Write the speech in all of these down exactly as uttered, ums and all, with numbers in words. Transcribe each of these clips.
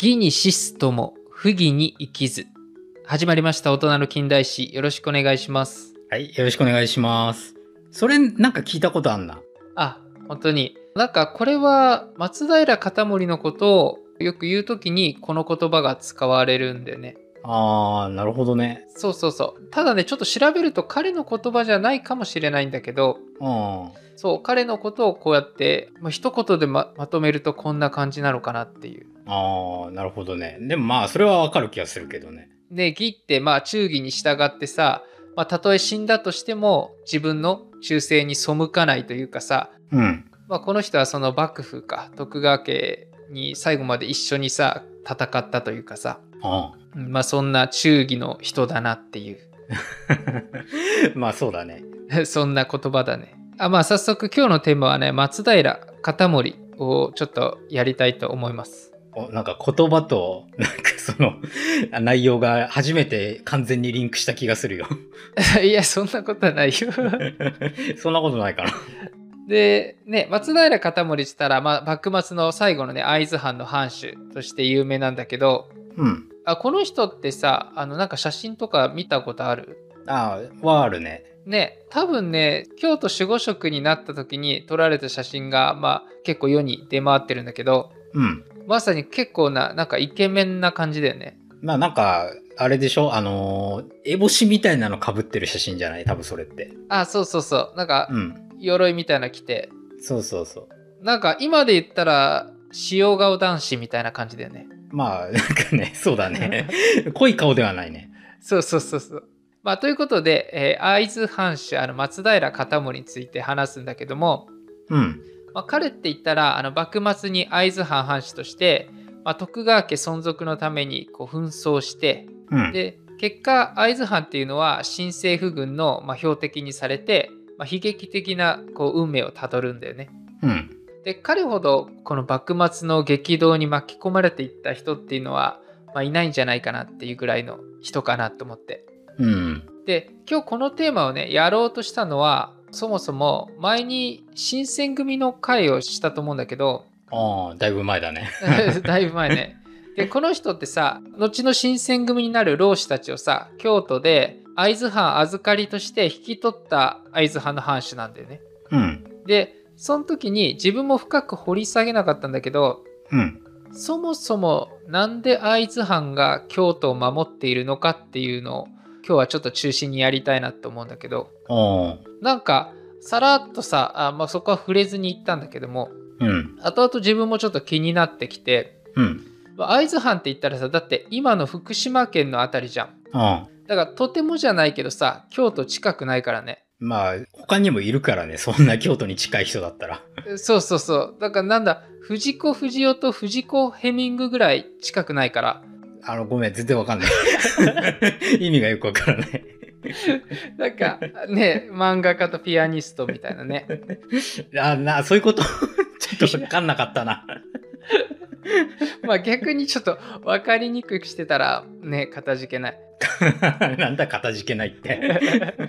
義に死すとも不義に生きず。始まりました。大人の近代史。よろしくお願いします。 はい、よろしくお願いします。それなんか聞いたことあんな。 あ、本当に。なんかこれは松平片盛のことをよく言うときにこの言葉が使われるんだよね。 あー、なるほどね。 そうそうそう。ただね、ちょっと調べると彼の言葉じゃないかもしれないんだけど、 うん。 そう、彼のことをこうやって、まあ、一言で ま, まとめるとこんな感じなのかなっていう。 あー、なるほどね。でもまあ、それはわかる気がするけどね。 で、義ってまあ忠義に従ってさ、まあ、たとえ死んだとしても自分の忠誠に背かないというかさ、 うん。 まあ、この人はその幕府か徳川家に最後まで一緒にさ戦ったというかさ、 あまあそんな忠義の人だなっていうまあそうだね。 そんな言葉だね。あ、まあ早速今日のテーマはね、松平片盛をちょっとやりたいと思います。 お、なんか言葉と、なんかその、内容が初めて完全にリンクした気がするよ。 いや、そんなことはないよ。 そんなことないかな。 で、ね、松平片盛って言ったら、まあ、幕末の最後のね、会津藩の藩主として有名なんだけど、 うん。 あ、この人ってさ、あの、なんか写真とか見たことある？ あー、はあるね。 ね、多分ね、京都守護職になった時に撮られた写真が、まあ、結構世に出回ってるんだけど、 うん。 まさに結構な、なんかイケメンな感じだよね。 まあなんか、あれでしょあのー、烏帽子みたいなの被ってる写真じゃない多分それって。 あ、そうそうそう。なんか、 うん。 鎧みたいなの着て。 そうそうそう。 なんか、今で言ったら、塩顔男子みたいな感じだよね。 まあ、なんかね、そうだね。濃い顔ではないね。 そうそうそうそう。まあ、ということで、えー会津藩主、あの、松平片盛について話すんだけども、 うん。 まあ、彼って言ったら、あの、幕末に会津藩藩主として、まあ、徳川家存続のためにこう紛争して、 うん。 で、結果、会津藩っていうのは新政府軍の、まあ、標的にされて、まあ、悲劇的なこう運命をたどるんだよね。 うん。 で、彼ほどこの幕末の激動に巻き込まれていった人っていうのは、まあ、いないんじゃないかなっていうぐらいの人かなと思って。 うん。 で、今日このテーマをね、やろうとしたのは、そもそも前に新選組の会をしたと思うんだけど、 ああ、だいぶ前だね。 だいぶ前ね。で、この人ってさ、後の新選組になる浪士たちをさ、京都で会津藩預かりとして引き取った会津藩の藩主なんだよね。 うん。 で、その時に自分も深く掘り下げなかったんだけど、 うん。 そもそもなんで会津藩が京都を守っているのかっていうのを今日はちょっと中心にやりたいなと思うんだけど、 ああ。 なんかさらっとさ、あ、まあ、そこは触れずに言ったんだけども、 うん。 後々自分もちょっと気になってきて、 うん。 会津藩って言ったらさ、だって今の福島県のあたりじゃん。 ああ。 だからとてもじゃないけどさ、京都近くないからね。 まあ、他にもいるからね。そんな京都に近い人だったら。 そうそうそう。だからなんだ、藤子不二雄と藤子ヘミングぐらい近くないから。 あの、ごめん、全然わかんない。意味がよくわからない。 なんかね、漫画家とピアニストみたいなね。 あ、な、そういうことちょっとわかんなかったな。 まあ逆にちょっと分かりにくくしてたらね、かたじけない。 なんだ、かたじけないって。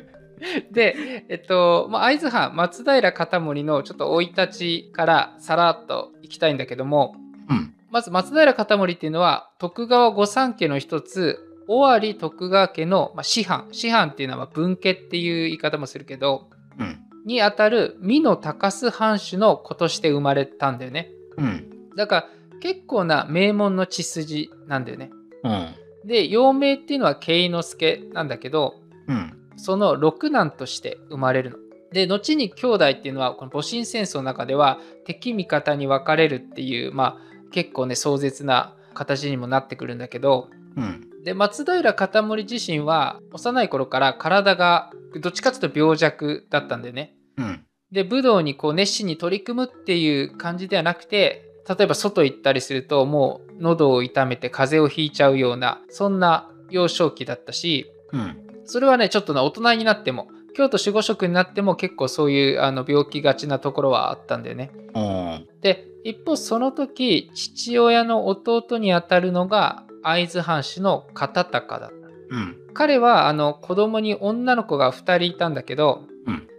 で、えっと、まあ、会津藩松平片盛のちょっと生い立ちからさらっといきたいんだけども、 うん。 まず松平片盛っていうのは徳川御三家の一つ、尾張徳川家の、まあ、師範。師範っていうのは分家っていう言い方もするけど、 うん。 にあたる美濃高須藩主の子として生まれたんだよね。 うん。 だから結構な名門の血筋なんだよね。 うん。 で、幼名っていうのは慶之助なんだけど、 うん。 その六男として生まれるの。で、後に兄弟っていうのは、この戊辰戦争の中では敵味方に分かれるっていう、まあ結構ね、壮絶な形にもなってくるんだけど、 うん。 で、松平片盛自身は幼い頃から体がどっちかというと病弱だったんだよね。 うん。 で、武道にこう熱心に取り組むっていう感じではなくて、例えば外行ったりするともう喉を痛めて風邪をひいちゃうような、そんな幼少期だったし、 うん。 それはね、ちょっと大人になっても、京都守護職になっても結構そういうあの病気がちなところはあったんだよね。 うん。 で、一方その時、父親の弟にあたるのが会津藩主の片高だった。 うん。 彼はあの子供に女の子がふたりいたんだけど、 うん。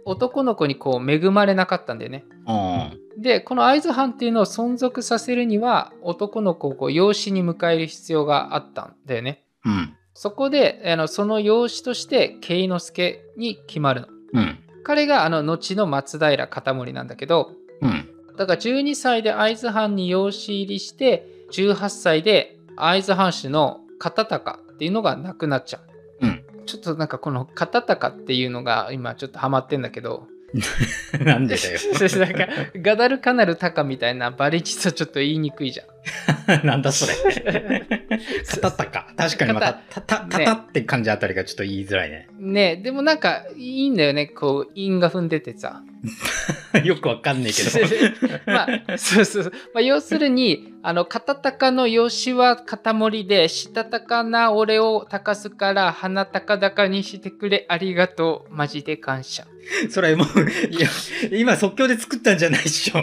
男の子にこう恵まれなかったんだよね。 うん。 でこの会津藩っていうのを存続させるには男の子をこう養子に迎える必要があったんだよね。 うん。 そこであのその養子として慶之助に決まるの。 うん。 彼があの後の松平片盛なんだけど、 うん。 だからじゅうにさいで会津藩に養子入りしてじゅうはっさいで会津藩主の片高っていうのが亡くなっちゃう。 うん。 ちょっとなんかこの片高っていうのが今ちょっとハマってんだけどなんでだよ。 なんかガダルカナルタカみたいなバリチとちょっと言いにくいじゃん。 なんだそれ。片ったか。確かにまた、た、た、たたって感じあたりがちょっと言いづらいね。 ねでもなんかいいんだよね、こう韻が踏んでてさ。 よくわかんないけど。 まあそうそう、まあ、要するにあの片高の養子は片盛で、したたかな俺を高すから鼻高々にしてくれありがとうマジで感謝。 それもう、いや、今即興で作ったんじゃないっしょ。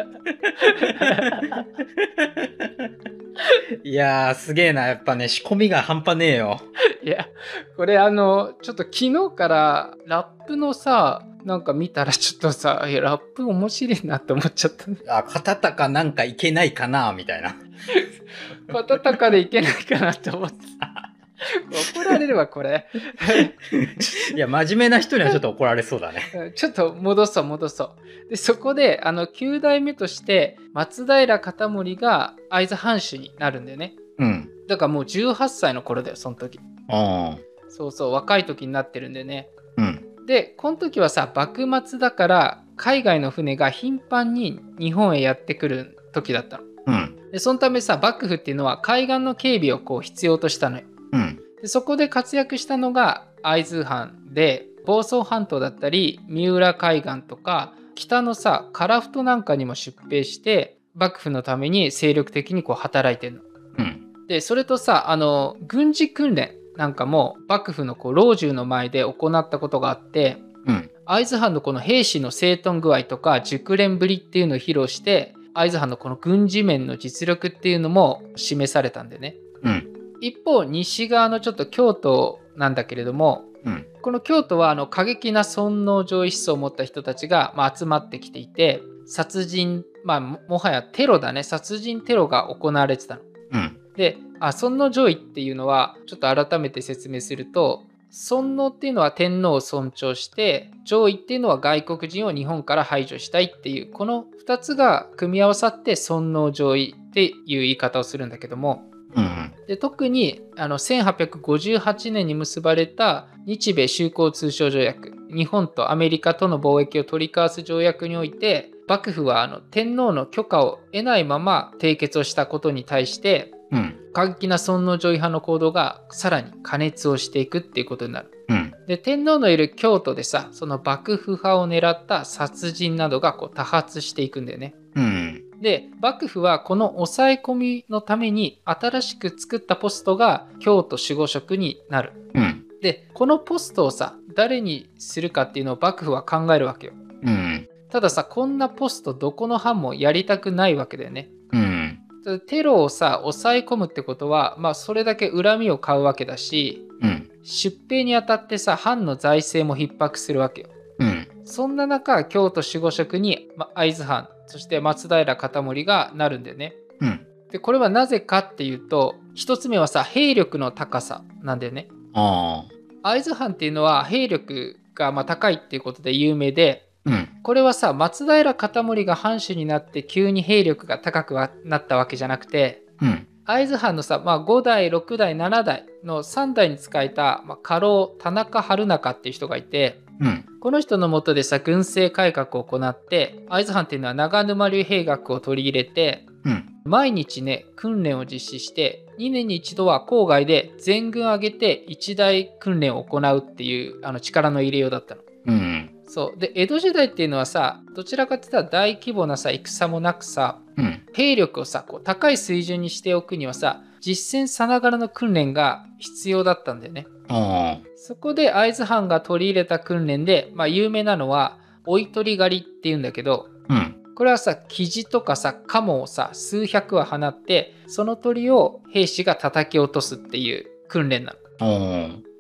いやー、すげえな。やっぱね、仕込みが半端ねえよ。 いや、これあの、ちょっと昨日からラップのさ、なんか見たらちょっとさ、いやラップ面白いなって思っちゃったね。 あ、片高なんかいけないかなみたいな。 片高でいけないかなって思って。怒られるわ、これ。 いや、真面目な人にはちょっと怒られそうだね。 ちょっと戻そう戻そう。でそこであのきゅう代目として松平片盛が会津藩主になるんだよね。 うん。 だからもうじゅうはっさいの頃だよ、その時。 ああ。 そうそう、若い時になってるんだよね。 うん。 でこの時はさ、幕末だから海外の船が頻繁に日本へやってくる時だったの。 うん。 でそのためさ、幕府っていうのは海岸の警備をこう必要としたのよ。 うん。 でそこで活躍したのが会津藩で、房総半島だったり三浦海岸とか北のさ樺太なんかにも出兵して幕府のために精力的にこう働いてるの。 うん。 でそれとさ、あの軍事訓練なんかも幕府のこう老中の前で行ったことがあって、 うん。 会津藩のこの兵士の整頓具合とか熟練ぶりっていうのを披露して、会津藩のこの軍事面の実力っていうのも示されたんでね。 うん。 一方西側のちょっと京都なんだけれども、 うん。 この京都はあの過激な尊王攘夷思想を持った人たちがまあ集まってきていて、殺人、まあももはやテロだね、殺人テロが行われてたの。 うん。 で、あ尊王攘夷っていうのはちょっと改めて説明すると、尊王っていうのは天皇を尊重して、攘夷っていうのは外国人を日本から排除したいっていう、このふたつが組み合わさって尊王攘夷っていう言い方をするんだけども、 うん。 で特にあのせんはっぴゃくごじゅうはちねんに結ばれた日米修好通商条約、日本とアメリカとの貿易を取り交わす条約において、幕府はあの天皇の許可を得ないまま締結をしたことに対して、 うん。 過激な尊王攘夷派の行動がさらに過熱をしていくっていうことになる。 うん。 で天皇のいる京都でさ、その幕府派を狙った殺人などがこう多発していくんだよね。 うん。 で幕府はこの抑え込みのために新しく作ったポストが京都守護職になる。 うん。 でこのポストをさ、誰にするかっていうのを幕府は考えるわけよ。 うん。 たださ、こんなポストどこの藩もやりたくないわけだよね。 うん。 テロをさ抑え込むってことは、まあそれだけ恨みを買うわけだし、 うん。 出兵にあたってさ藩の財政も逼迫するわけよ。 うん。 そんな中京都守護職に、ま、会津藩、そして松平片盛がなるんだよね。 うん。 でこれはなぜかっていうと、一つ目はさ兵力の高さなんだよね。 ああ。 会津藩っていうのは兵力がまあ高いっていうことで有名で、 うん。 これはさ松平片盛が藩主になって急に兵力が高くなったわけじゃなくて、 うん。 会津藩のさ、まあ、ご代ろく代なな代のさん代に仕えた、まあ、家老田中春中っていう人がいて、 うん。 この人の下でさ軍政改革を行って、会津藩っていうのは長沼流兵学を取り入れて、 うん。 毎日ね訓練を実施して、にねんに一度は郊外で全軍挙げて一大訓練を行うっていうあの力の入れようだったの。 うん。 そうで江戸時代っていうのはさ、どちらかって言ったら大規模なさ戦もなくさ、 うん。 兵力をさこう高い水準にしておくにはさ、実戦さながらの訓練が必要だったんだよね。 ああ。 そこで会津藩が取り入れた訓練で、まあ、有名なのは追い取り狩りっていうんだけど、 うん。 これはさキジとかさカモをさ数百羽放って、その鳥を兵士が叩き落とすっていう訓練なの。 ああ。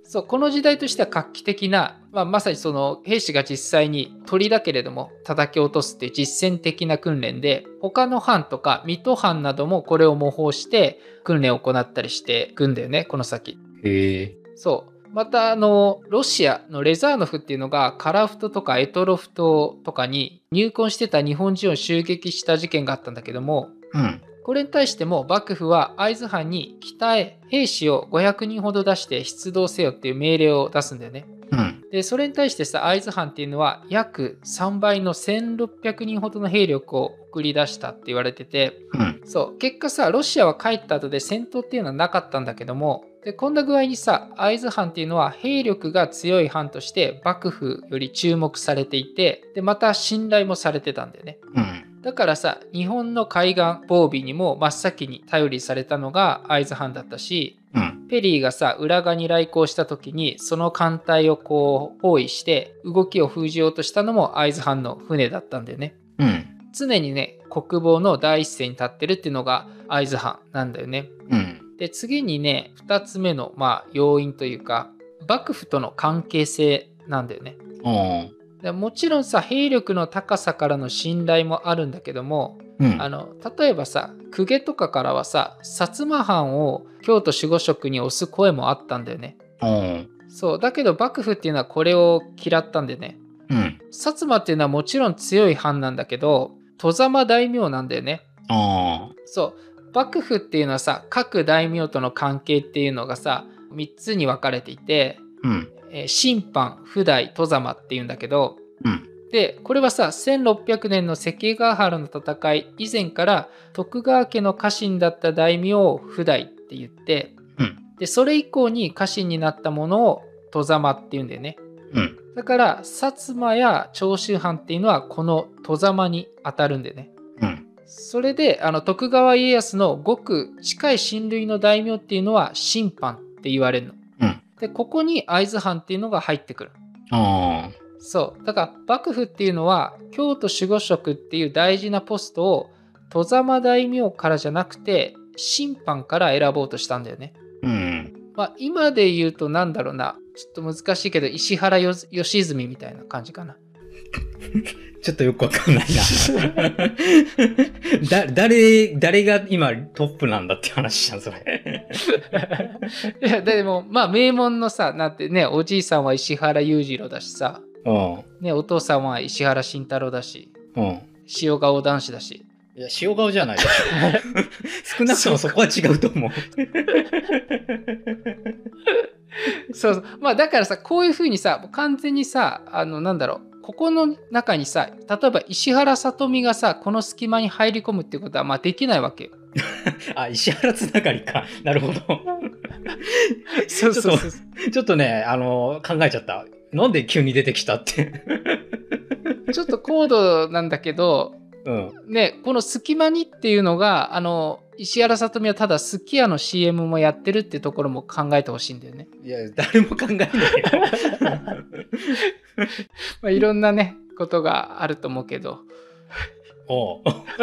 そうこの時代としては画期的な、まあ、まさにその兵士が実際に鳥だけれども叩き落とすっていう実践的な訓練で、他の藩とか水戸藩などもこれを模倣して訓練を行ったりしていくんだよね、この先。 へえ。 そうまたあのロシアのレザーノフっていうのがカラフトとかエトロフトとかに入婚してた日本人を襲撃した事件があったんだけども、 うん。 これに対しても幕府は会津藩に北へ兵士をごひゃくにんほど出して出動せよっていう命令を出すんだよね。 うん。 でそれに対してさ、会津藩っていうのは約さんばいのせんろっぴゃくにんほどの兵力を送り出したって言われてて、 うん。 そう結果さロシアは帰った後で戦闘っていうのはなかったんだけども、でこんな具合にさ会津藩っていうのは兵力が強い藩として幕府より注目されていて、でまた信頼もされてたんだよね。 うん。 だからさ日本の海岸防備にも真っ先に頼りされたのが会津藩だったし、 うん。 ペリーがさ浦賀に来航した時にその艦隊をこう包囲して動きを封じようとしたのも会津藩の船だったんだよね。 うん。 常にね国防の第一線に立ってるっていうのが会津藩なんだよね。 うん。 で次にねふたつめのまあ要因というか幕府との関係性なんだよね。 おー。 でもちろんさ兵力の高さからの信頼もあるんだけども、 うん。 あの例えばさ公家とかからはさ薩摩藩を京都守護職に推す声もあったんだよね。 おー。 そうだけど幕府っていうのはこれを嫌ったんでね。 うん。 薩摩っていうのはもちろん強い藩なんだけど外様大名なんだよね。 あそう幕府っていうのはさ各大名との関係っていうのがさみっつに分かれていて、 ー。うん。 えー親藩譜代外様っていうんだけど、 うん。 でこれはさせんろっぴゃくねんの関ヶ原の戦い以前から徳川家の家臣だった大名を譜代って言って、 うん。 でそれ以降に家臣になったものを外様っていうんだよね。 うん。 だから薩摩や長州藩っていうのはこの外様に当たるんだよね。 うん。 それであの徳川家康のごく近い親類の大名っていうのは親藩って言われるの。 うん。 でここに会津藩っていうのが入ってくる。 あー。 そうだから幕府っていうのは京都守護職っていう大事なポストを外様大名からじゃなくて親藩から選ぼうとしたんだよね。 うん。 まあ今で言うとなんだろうな、ちょっと難しいけど石原よ義純みたいな感じかな。 ちょっとよくわかんないな。だ、誰、誰が今トップなんだって話じゃん、それ。 いやでもまあ名門のさなんてね、おじいさんは石原裕次郎だしさ、 うん。 ね、お父さんは石原慎太郎だし、 うん。 塩顔男子だし。 いや、塩顔じゃないでしょ。少なくともそこは違うと思う。 そうそうまあだからさこういう風にさ完全にさあのなんだろうここの中にさ例えば石原さとみがさこの隙間に入り込むってことはまあできないわけよ。 あ、石原つながりか。なるほど。 そうそうそうちょっとね、あの、考えちゃった。なんで急に出てきたって。 ちょっと高度なんだけど、 うん。 ね、この隙間にっていうのがあの石原さとみはただすき家の シーエム もやってるってところも考えてほしいんだよね。 いや、誰も考えないよ。 まあ、いろんなねことがあると思うけど。 おう。おう。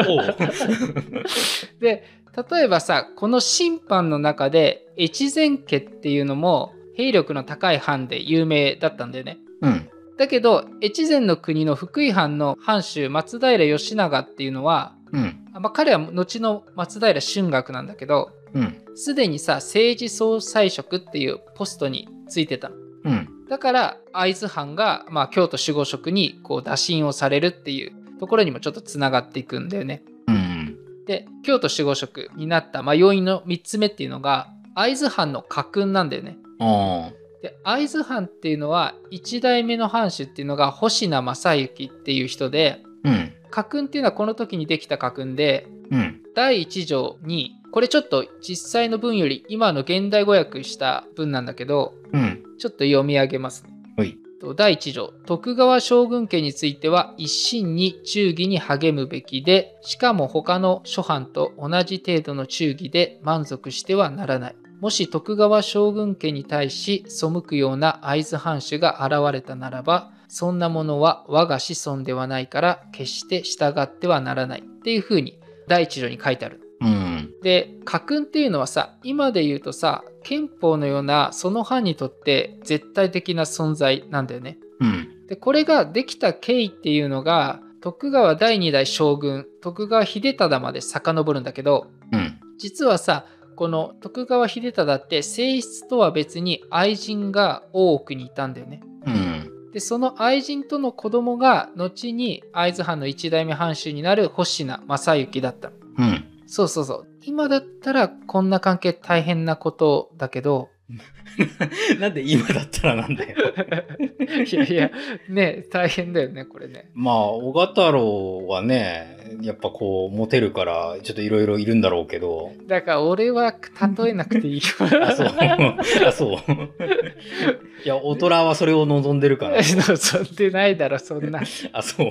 で例えばさこの親藩の中で越前家っていうのも兵力の高い藩で有名だったんだよね。 うん。 だけど越前の国の福井藩の藩主松平義長っていうのは、 うん。 まあ、彼は後の松平春岳なんだけどうん。 すでにさ政治総裁職っていうポストについてたの。 うん。 だから会津藩が、まあ、京都守護職にこう打診をされるっていうところにもちょっとつながっていくんだよね。 うん。 で京都守護職になった、まあ、要因のみっつめっていうのが会津藩の家訓なんだよね。 ああ。 で会津藩っていうのはいち代目の藩主っていうのが星名正幸っていう人で、 うん。 家訓っていうのはこの時にできた家訓で、 うん。 だいいち条にこれちょっと実際の文より今の現代語訳した文なんだけど、 うん。 ちょっと読み上げますね。 はい。 だいいち条、徳川将軍家については一心に忠義に励むべきで、しかも他の諸藩と同じ程度の忠義で満足してはならない。もし徳川将軍家に対し背くような会津藩主が現れたならば、そんなものは我が子孫ではないから決して従ってはならないっていうふうにだいいち条に書いてある。 うん。 で家訓っていうのはさ今で言うとさ憲法のようなその藩にとって絶対的な存在なんだよね。 うん。 でこれができた経緯っていうのが徳川だいに代将軍徳川秀忠まで遡るんだけど、 うん。 実はさこの徳川秀忠って正室とは別に愛人が大奥にいたんだよね。 うん。 でその愛人との子供が後に会津藩の一代目藩主になる保科正之だったの。 うん。 そうそうそう。今だったらこんな関係大変なことだけどなんで今だったらなんだよ。 いやいやね大変だよねこれね。 まあ、小賀太郎はね、やっぱこう、モテるから、ちょっといろいろいるんだろうけど。 だから俺は例えなくていいよ。 あ、そう。あ、そう。いや、大人はそれを望んでるから。 望んでないだろそんな。 あ、そう。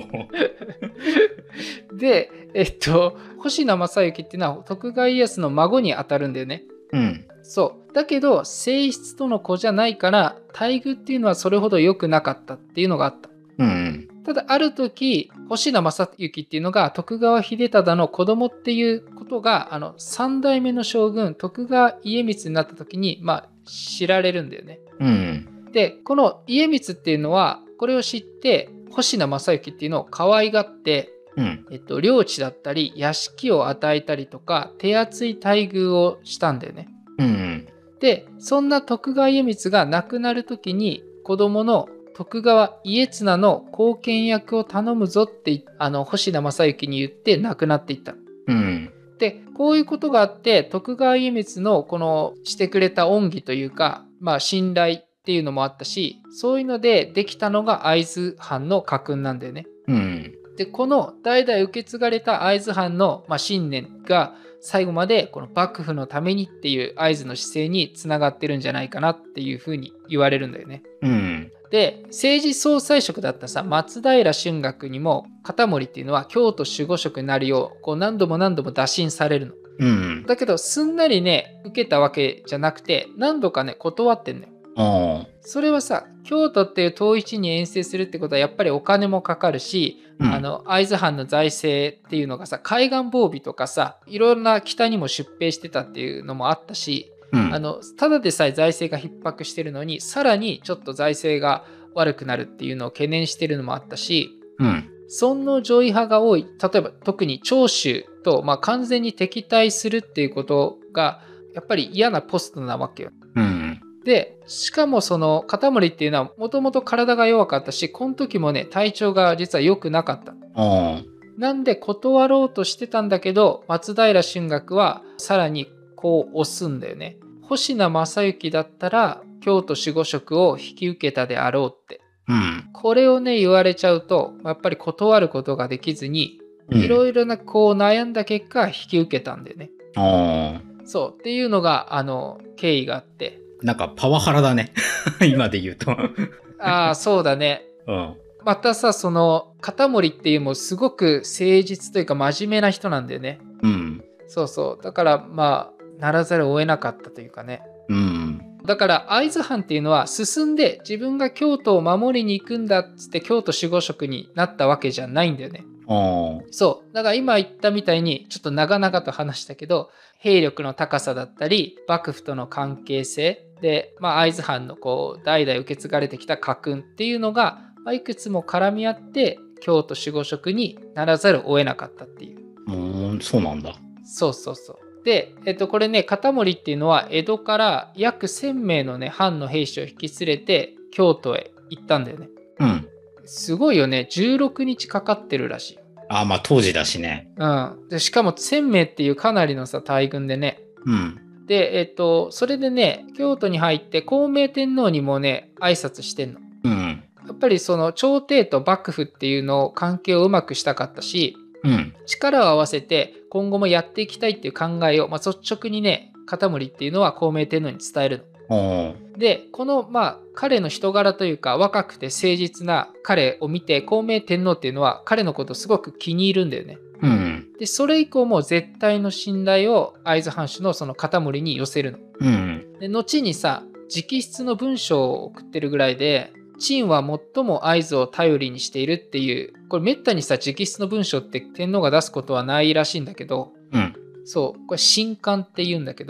で、えっと、保科正之っていうのは徳川家康の孫に当たるんだよね。 うん。 そう。だけど、正室との子じゃないから、待遇っていうのはそれほど良くなかったっていうのがあった。 うん。 ただ、ある時、保科正之っていうのが徳川秀忠の子供っていうことが、あの、三代目の将軍、徳川家光になった時に、まあ、知られるんだよね。 うん。 で、この家光っていうのは、これを知って、保科正之っていうのを可愛がって、 うん。 えっと、領地だったり屋敷を与えたりとか手厚い待遇をしたんだよね。 うん。 でそんな徳川家光が亡くなる時に子供の徳川家綱の後見役を頼むぞってあの保科正之に言って亡くなっていった。 うん。 でこういうことがあって徳川家光のこのしてくれた恩義というか、まあ、信頼っていうのもあったしそういうのでできたのが会津藩の家訓なんだよね。 うん。 でこの代々受け継がれた会津藩の、まあ、信念が最後までこの幕府のためにっていう会津の姿勢につながってるんじゃないかなっていうふうに言われるんだよね。 うん。 で政治総裁職だったさ松平春嶽にも片森っていうのは京都守護職になるようこう何度も何度も打診されるの。 うん。 だけどすんなりね受けたわけじゃなくて何度かね断ってんのよ。 ああ。 それはさ京都っていう遠い地に遠征するってことはやっぱりお金もかかるし、 うん、 あの会津藩の財政っていうのがさ海岸防備とかさいろんな北にも出兵してたっていうのもあったし、 うん、 あのただでさえ財政が逼迫してるのにさらにちょっと財政が悪くなるっていうのを懸念してるのもあったし、 うん、 尊王攘夷派が多い例えば特に長州と、まあ、完全に敵対するっていうことがやっぱり嫌なポストなわけよ。 うんでしかもその片森っていうのはもともと体が弱かったしこの時もね体調が実は良くなかった。 あなんで断ろうとしてたんだけど松平春嶽はさらにこう押すんだよね。保科正之だったら京都守護職を引き受けたであろうって、 うん、 これをね言われちゃうとやっぱり断ることができずにいろいろなこう悩んだ結果引き受けたんだよね。 あそうっていうのがあの経緯があって、 なんかパワハラだね今で言うとああそうだね。 うんまたさその片森っていうもすごく誠実というか真面目な人なんだよね。 うんそうそうだからまあならざるを得なかったというかね。 うんだから会津藩っていうのは進んで自分が京都を守りに行くんだっつって京都守護職になったわけじゃないんだよね。 あそうだから今言ったみたいにちょっと長々と話したけど兵力の高さだったり幕府との関係性で、まあ、会津藩のこう代々受け継がれてきた家訓っていうのが、まあ、いくつも絡み合って京都守護職にならざるを得なかったっていう。 うん、そうなんだ。 そうそうそう。で、えっと、これね片森っていうのは江戸から約せんめいのね藩の兵士を引き連れて京都へ行ったんだよね。 うんすごいよね。じゅうろくにちかかってるらしい。 あまあ当時だしね。 うん。でしかもせんめいっていうかなりのさ大軍でね。 うんで、えっと、それでね、京都に入って孝明天皇にもね、挨拶してんの。 うんやっぱりその朝廷と幕府っていうのを関係をうまくしたかったし、 うん力を合わせて今後もやっていきたいっていう考えを、まあ、率直にね、片森っていうのは孝明天皇に伝えるの。 あでこのまあ彼の人柄というか若くて誠実な彼を見て孝明天皇っていうのは彼のことすごく気に入るんだよね。 うんでそれ以降も絶対の信頼を会津藩主のその片森に寄せるの。 うんで後にさ直筆の文章を送ってるぐらいで陳は最も会津を頼りにしているっていうこれめったにさ直筆の文章って天皇が出すことはないらしいんだけど、 うんそうこれ新刊って言うんだけど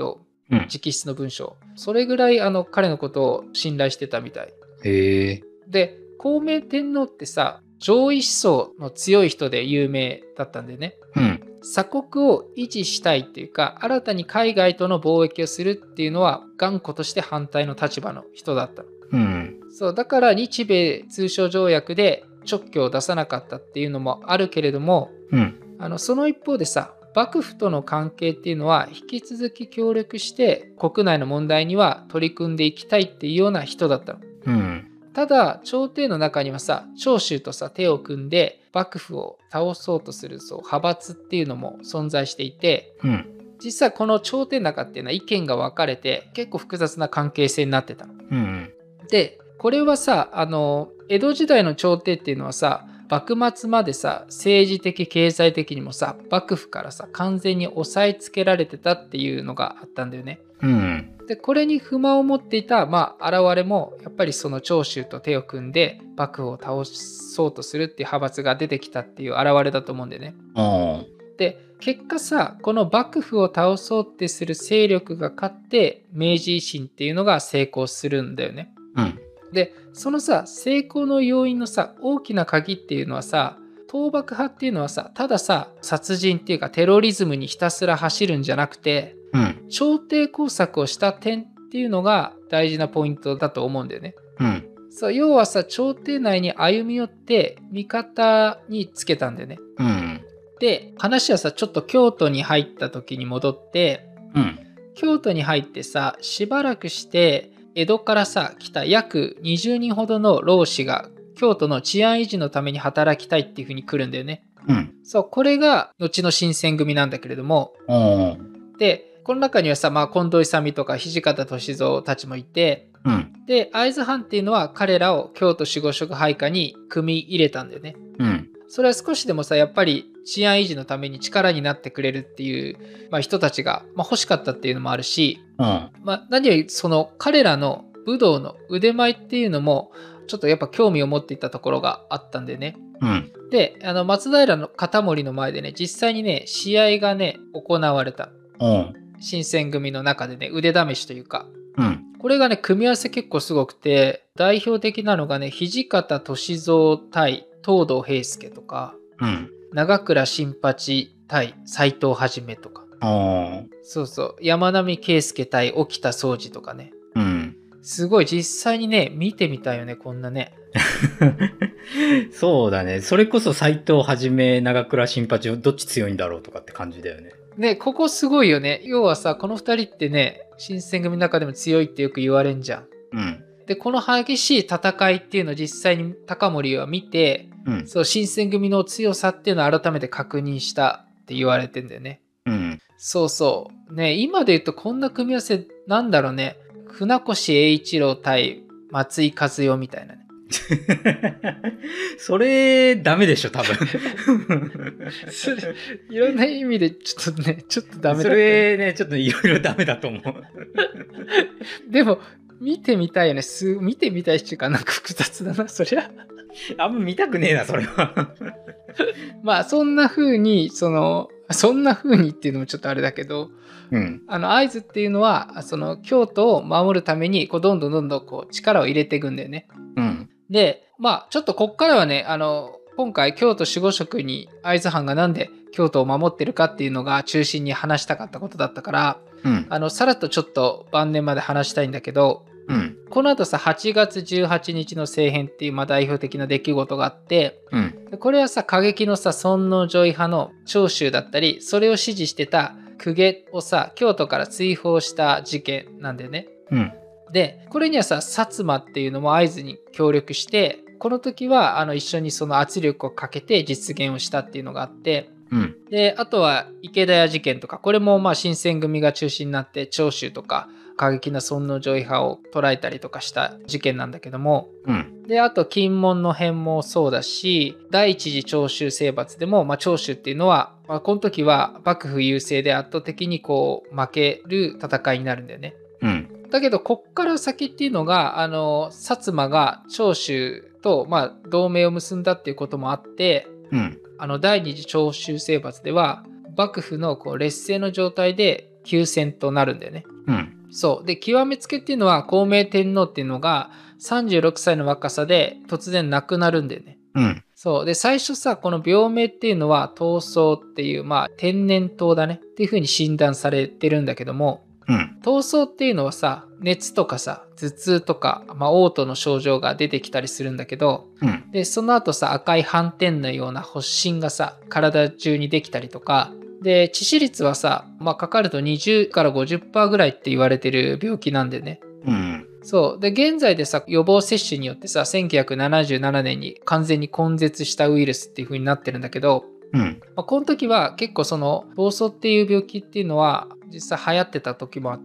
うん。 直筆の文章。それぐらいあの彼のことを信頼してたみたい。 へえ。 で、孝明天皇ってさ、上位思想の強い人で有名だったんでね。 うん。 鎖国を維持したいっていうか、新たに海外との貿易をするっていうのは頑固として反対の立場の人だったの。 うん。 そう、だから日米通商条約で勅許を出さなかったっていうのもあるけれども、 うん。 あのその一方でさ、幕府との関係っていうのは引き続き協力して国内の問題には取り組んでいきたいっていうような人だったの。 うん。 ただ朝廷の中にはさ、長州とさ手を組んで幕府を倒そうとするそう派閥っていうのも存在していて、 うん。 実際この朝廷の中っていうのは意見が分かれて結構複雑な関係性になってたの。 うん。 でこれはさ、あの江戸時代の朝廷っていうのはさ、幕末までさ、政治的経済的にもさ、幕府からさ完全に押さえつけられてたっていうのがあったんだよね。 うん。 でこれに不満を持っていた、まあ、現れもやっぱりその長州と手を組んで幕府を倒そうとするっていう派閥が出てきたっていう現れだと思うんでね。 ああ。 で結果さ、この幕府を倒そうってする勢力が勝って明治維新っていうのが成功するんだよね。 うん。 でそのさ成功の要因のさ大きな鍵っていうのはさ、倒幕派っていうのはさ、たださ殺人っていうかテロリズムにひたすら走るんじゃなくて、 うん。 朝廷工作をした点っていうのが大事なポイントだと思うんだよね。 うん。 そう、要はさ、朝廷内に歩み寄って味方につけたんだよね。 うん。 で話はさ、ちょっと京都に入った時に戻って、 うん。 京都に入ってさしばらくして江戸からさ来た約にじゅうにんほどの浪士が京都の治安維持のために働きたいっていう風に来るんだよね。 うん。 そう、これが後の新選組なんだけれども、 ああ。 でこの中にはさ、まあ、近藤勇とか土方歳三たちもいて、 うん。 で会津藩っていうのは彼らを京都守護職配下に組み入れたんだよね。 うん。 それは少しでもさ、やっぱり治安維持のために力になってくれるっていう、まあ、人たちが、まあ、欲しかったっていうのもあるし、 うん。 まあ、何よりその彼らの武道の腕前っていうのもちょっとやっぱ興味を持っていたところがあったんでね。 うん。 で、あの松平の片森の前でね、実際にね試合がね行われた。 うん。 新選組の中でね、腕試しというか、 うん。 これがね組み合わせ結構すごくて、代表的なのがね、土方歳三対東堂平助とか、 うん。 長倉新八対斎藤一とか、 ああ。 そうそう、山並圭介対沖田総司とかね。 うん。 すごい実際にね見てみたいよね、こんなね。 そうだね。それこそ斎藤はじめ長倉新八どっち強いんだろうとかって感じだよね。 ね、ここすごいよね。要はさ、このふたりってね、新選組の中でも強いってよく言われんじゃん。 うん。 でこの激しい戦いっていうのを実際に高森は見て、 うん。 そう新選組の強さっていうのを改めて確認したって言われてんだよね。 うん。 そうそうね、今で言うとこんな組み合わせなんだろうね、船越英一郎対松井和代みたいなね。 それダメでしょ多分。 それいろんな意味でちょっとねちょっとダメだった、ね、 それねちょっといろいろダメだと思う。 でも見てみたいよね。す見てみたいっていうか、なんか複雑だなそりゃ。 あんま見たくねえなそれは。 まあそんな風にそのそんな風にっていうのもちょっとあれだけど、 うん、 あの会津っていうのはその京都を守るためにこうどんどんどんどんこう力を入れていくんだよね。 うん、 でまあちょっとこっからはね、あの今回京都守護職に会津藩がなんで京都を守ってるかっていうのが中心に話したかったことだったから、 うん、 あのさらっとちょっと晩年まで話したいんだけど、 うん、 この後さはちがつじゅうはちにちの政変っていうまあ代表的な出来事があって、 うん、 これはさ過激のさ尊王攘夷派の長州だったり、それを支持してた公家をさ京都から追放した事件なんだよね。 うん、 でこれにはさ薩摩っていうのも会津に協力して、この時はあの一緒にその圧力をかけて実現をしたっていうのがあって、 うん、 であとは池田屋事件とか、これもまあ新選組が中心になって長州とか過激な尊王攘夷派を捉えたりとかした事件なんだけども、 うん、 であと金門の変もそうだし、第一次長州征伐でも、まあ、長州っていうのは、まあ、この時は幕府優勢で圧倒的にこう負ける戦いになるんだよね。 うん、 だけどこっから先っていうのが、あの薩摩が長州と、まあ、同盟を結んだっていうこともあって、 うん、 あの第二次長州征伐では幕府のこう劣勢の状態で休戦となるんだよね。 うん。 そうで極めつけっていうのは孝明天皇っていうのがさんじゅうろくさいの若さで突然亡くなるんだよね。 うん。 そうで最初さこの病名っていうのは痘瘡っていうまあ天然痘だねっていう風に診断されてるんだけども、 うん。 痘瘡っていうのはさ熱とかさ頭痛とか、まあ、嘔吐の症状が出てきたりするんだけど、 うん。 でその後さ赤い斑点のような発疹がさ体中にできたりとかで致死率はさ、まあ、かかるとにじゅうから ごじゅっパーセント ぐらいって言われてる病気なんでね。 うん。 そうで現在でさ予防接種によってさせんきゅうひゃくななじゅうななねんに完全に根絶したウイルスっていう風になってるんだけど、 うん。 まあ、この時は結構その痘瘡っていう病気っていうのは実際流行ってた時もあって、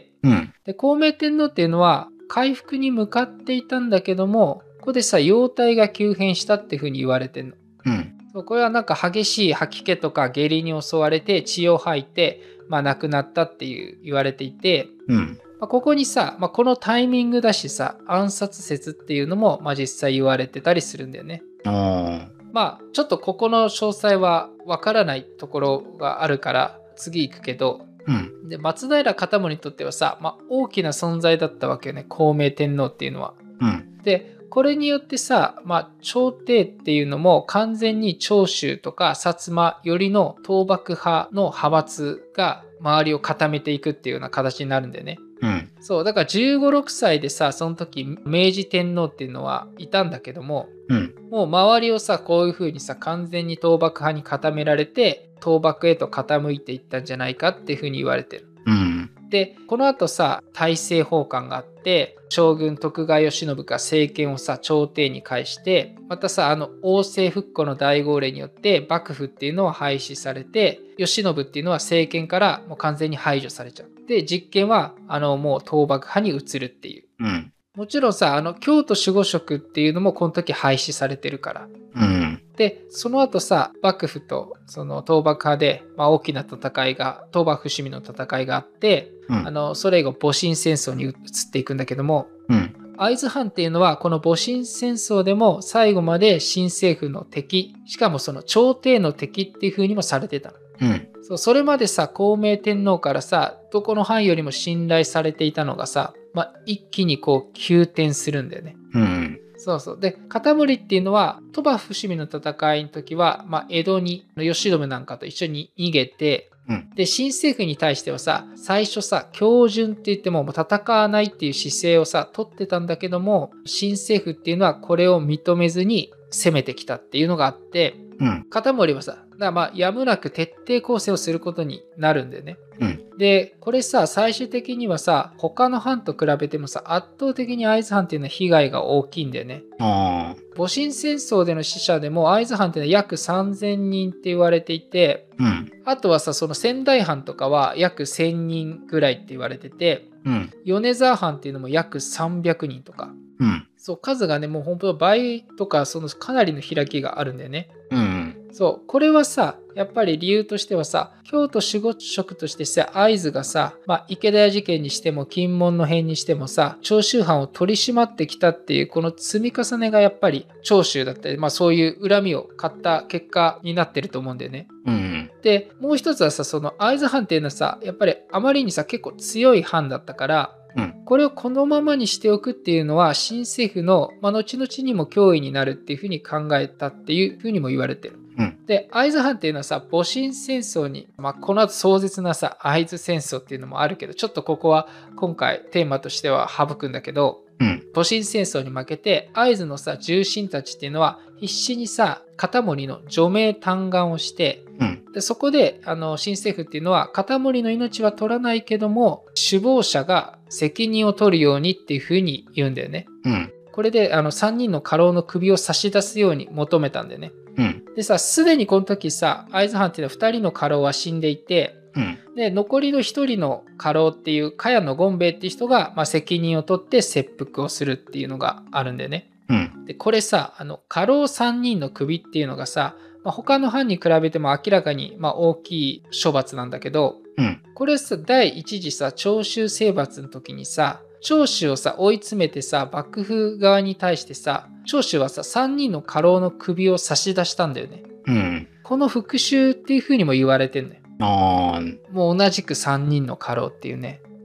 うん。 で孝明天皇っていうのは回復に向かっていたんだけどもここでさ容体が急変したっていう風に言われてるの。 うん。 そうこれはなんか激しい吐き気とか下痢に襲われて血を吐いて、まあ、亡くなったっていう言われていて、 うんまあ、ここにさ、まあ、このタイミングだしさ暗殺説っていうのも、まあ、実際言われてたりするんだよね。 ああ。 まあちょっとここの詳細はわからないところがあるから次行くけど、 うん。 で松平片盛にとってはさ、まあ、大きな存在だったわけよね孝明天皇っていうのは。 うん。 でこれによってさ、まあ、朝廷っていうのも完全に長州とか薩摩寄りの倒幕派の派閥が周りを固めていくっていうような形になるんだよね。 うん。 そうだからじゅうご、ろくさいでさその時明治天皇っていうのはいたんだけども、 うん。 もう周りをさこういう風にさ完全に倒幕派に固められて倒幕へと傾いていったんじゃないかっていう風に言われてる。 うん。 でこの後さ大政奉還があって将軍徳川慶喜が政権をさ朝廷に返してまたさあの王政復古の大号令によって幕府っていうのは廃止されて慶喜っていうのは政権からもう完全に排除されちゃう。で実権はあのもう倒幕派に移るっていう。 うん。 もちろんさあの京都守護職っていうのもこの時廃止されてるから。 うん。 でその後さ幕府とその倒幕派で、まあ、大きな戦いが倒幕伏見の戦いがあって、 うん、 あのそれ以後戊辰戦争に移っていくんだけども、 うん、 会津藩っていうのはこの戊辰戦争でも最後まで新政府の敵しかもその朝廷の敵っていう風にもされてたの。 うん、 そうそれまでさ孝明天皇からさどこの藩よりも信頼されていたのがさ、まあ、一気にこう急転するんだよね。 うん、 そうそう。で、片森っていうのは、鳥羽伏見の戦いの時は、まあ、江戸に、慶喜なんかと一緒に逃げて、 うん、 で、新政府に対してはさ、最初さ、恭順って言っても、もう戦わないっていう姿勢をさ、取ってたんだけども、新政府っていうのはこれを認めずに攻めてきたっていうのがあって、 うん、 片森はさ、だからまあやむなく徹底抗戦をすることになるんだよね。 うん、 で、これさ、最終的にはさ、他の藩と比べてもさ、圧倒的に会津藩っていうのは被害が大きいんだよね。 あ戊辰戦争での死者でも会津藩っていうのは約さんぜんにんって言われていて、 うん、 あとはさ、その仙台藩とかは約せんにんぐらいって言われてて、 うん、 米沢藩っていうのも約さんびゃくにんとか。 うん、 そう、数がね、もう本当倍とか、そのかなりの開きがあるんだよね。 うん、 そう、これはさ、やっぱり理由としてはさ、京都守護職としてさ、会津がさ、まあ、池田屋事件にしても、金門の変にしてもさ、長州藩を取り締まってきたっていう、この積み重ねがやっぱり長州だったり、まあそういう恨みを買った結果になってると思うんだよね。 うん、 で、もう一つはさ、その会津藩っていうのはさ、やっぱりあまりにさ、結構強い藩だったから、 うん、 これをこのままにしておくっていうのは新政府の、まあ、後々にも脅威になるっていうふうに考えたっていうふうにも言われてる。 うん、 で会津藩っていうのはさ戊辰戦争に、まあ、この後壮絶なさ会津戦争っていうのもあるけどちょっとここは今回テーマとしては省くんだけど、 うん、 戊辰戦争に負けて会津のさ重臣たちっていうのは必死にさ片森の除名嘆願をして、 うん、 でそこであの新政府っていうのは片森の命は取らないけども首謀者が責任を取るようにっていうふうに言うんだよね。 うん、 これであのさんにんの家老の首を差し出すように求めたんだよね。 うん、 でさすでにこの時さ会津藩っていうのはふたりの家老は死んでいて、 うん、 で残りのひとりの家老っていう茅野権兵衛っていう人が、まあ、責任を取って切腹をするっていうのがあるんだよね。 うん、 でこれさあの家老さんにんの首っていうのがさ、まあ、他の藩に比べても明らかに、まあ、大きい処罰なんだけど、 うん、 これさ第一次さ長州征伐の時にさ長州をさ追い詰めてさ幕府側に対してさ長州はささんにんの家老の首を差し出したんだよね。 うん、 この復讐っていう風にも言われてんのよ。 あー、 もう同じくさんにんの家老っていうね。 うん、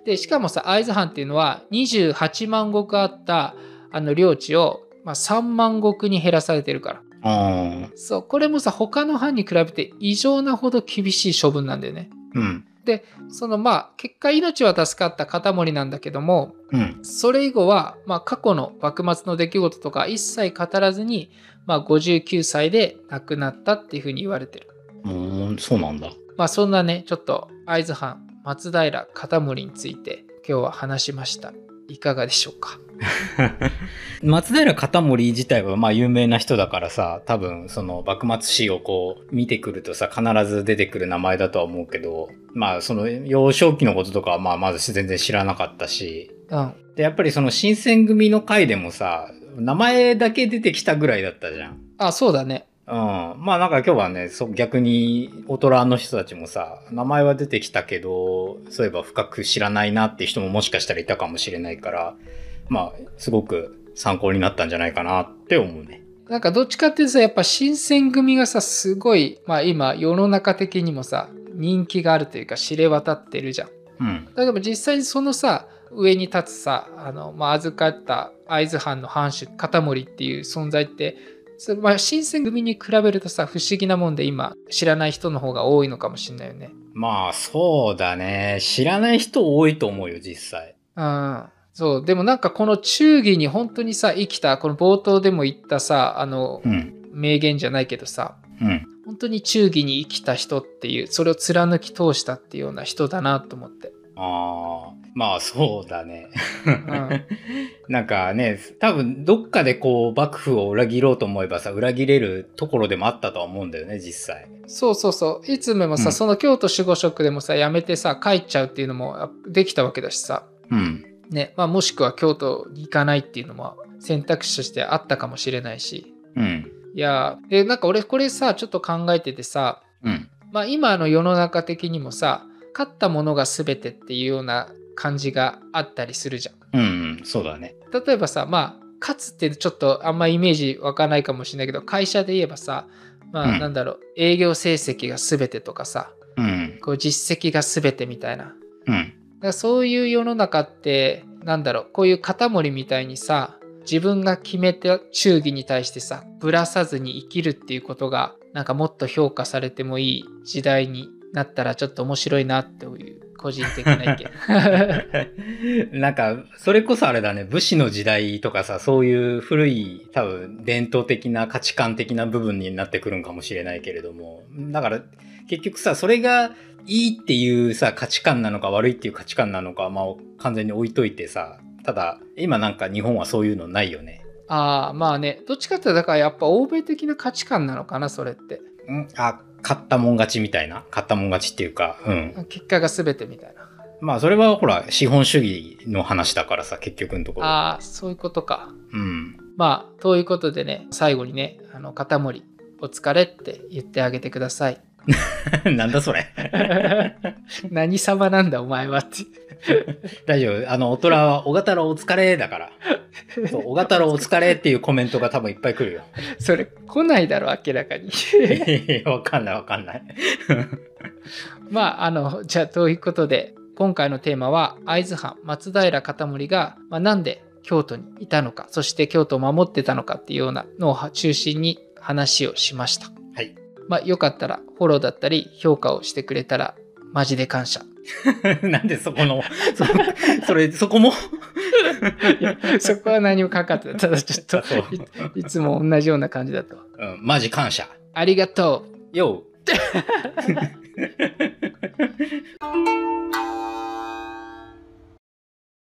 でしかもさ会津藩っていうのはにじゅうはちまんごくあったあの領地を、まあ、さんまんごくに減らされてるから。 あそうこれもさ他の藩に比べて異常なほど厳しい処分なんだよね。 うん。 でそのまあ結果命は助かった片森なんだけども、 うん。 それ以後は、まあ、過去の幕末の出来事とか一切語らずに、まあ、ごじゅうきゅうさいで亡くなったっていうふうに言われてる。 うーん、そうなんだ。 まあそんなねちょっと会津藩松平片森について今日は話しました。いかがでしょうか。 松平片森自体はまあ有名な人だからさ、多分その幕末史をこう見てくるとさ、必ず出てくる名前だとは思うけど、まあその幼少期のこととかはまあまず全然知らなかったし、 うん。 でやっぱりその新選組の回でもさ、名前だけ出てきたぐらいだったじゃん。 あ、そうだね。 うん。まあなんか今日はね、そ逆に大人の人たちもさ、名前は出てきたけど、そういえば深く知らないなっていう人ももしかしたらいたかもしれないから、まあすごく参考になったんじゃないかなって思うね。 なんかどっちかっていうとさ、やっぱ新選組がさ、すごい、まあ今世の中的にもさ、人気があるというか知れ渡ってるじゃん。 うん。 だけど実際にそのさ、上に立つさ、あの、まあ預かった会津藩の藩主、片森っていう存在って、まあ、新選組に比べるとさ、不思議なもんで今知らない人の方が多いのかもしれないよね。 まあそうだね。知らない人多いと思うよ、実際。 うん。そう。でもなんかこの忠義に本当にさ、生きた、この冒頭でも言ったさ、あの、 うん。 名言じゃないけどさ、 うん。 本当に忠義に生きた人っていう、それを貫き通したっていうような人だなと思って。 ああ、まあそうだね。 うんなんかね、多分どっかでこう幕府を裏切ろうと思えばさ、裏切れるところでもあったとは思うんだよね、実際。 そうそうそう。いつももさ、 うん、 その京都守護職でもさ、辞めてさ、帰っちゃうっていうのもできたわけだしさ。 うん。 ね。まあもしくは京都に行かないっていうのも選択肢としてあったかもしれないし。 うん。 いやー、で、なんか俺これさ、ちょっと考えててさ、 うん。 まあ今の世の中的にもさ、勝ったものが全てっていうような感じがあったりするじゃん。 うん、うん、そうだね。 例えばさ、まあ、勝つってちょっとあんまイメージ湧かないかもしれないけど、会社で言えばさ、まあ、 うんなんだろう、営業成績が全てとかさ、 うん。 こう実績が全てみたいな。 うん。 だからそういう世の中って、なんだろう、こういう片森みたいにさ、自分が決めた忠義に対してさ、ぶらさずに生きるっていうことが、なんかもっと評価されてもいい時代になったらちょっと面白いなっていう個人的な意見。なんか、それこそあれだね、武士の時代とかさ、そういう古い多分伝統的な価値観的な部分になってくるんかもしれないけれども、だから結局さ、それがいいっていうさ、価値観なのか悪いっていう価値観なのか、まあ完全に置いといてさ、ただ今なんか日本はそういうのないよね。 ああ、まあね、どっちかっていうとだからやっぱ欧米的な価値観なのかな、それって。 んあ、勝ったもん勝ちみたいな。勝ったもん勝ちっていうか、うん。 結果が全てみたいな。 まあそれはほら、資本主義の話だからさ、結局のところ。 ああ、そういうことか。 うん。 まあ、ということでね、最後にね、あの、片森、お疲れって言ってあげてください。 なんだそれ。 何様なんだお前はって。 大丈夫。あの、大人は、小型郎お疲れだから。そう、小型郎お疲れっていうコメントが多分いっぱい来るよ。 それ来ないだろ、明らかに。 わかんないわかんない。 まあ、あの、じゃあ、ということで、今回のテーマは、会津藩松平片森が、まあ、なんで京都にいたのか、そして京都を守ってたのかっていうようなのを中心に話をしました。 はい。 まあ、よかったらフォローだったり評価をしてくれたらマジで感謝。 なんでそこの、そ, それ、そこもいやそこは何もかかってない。ただちょっとい、いつも同じような感じだと。 うん、マジ感謝。 ありがとよう。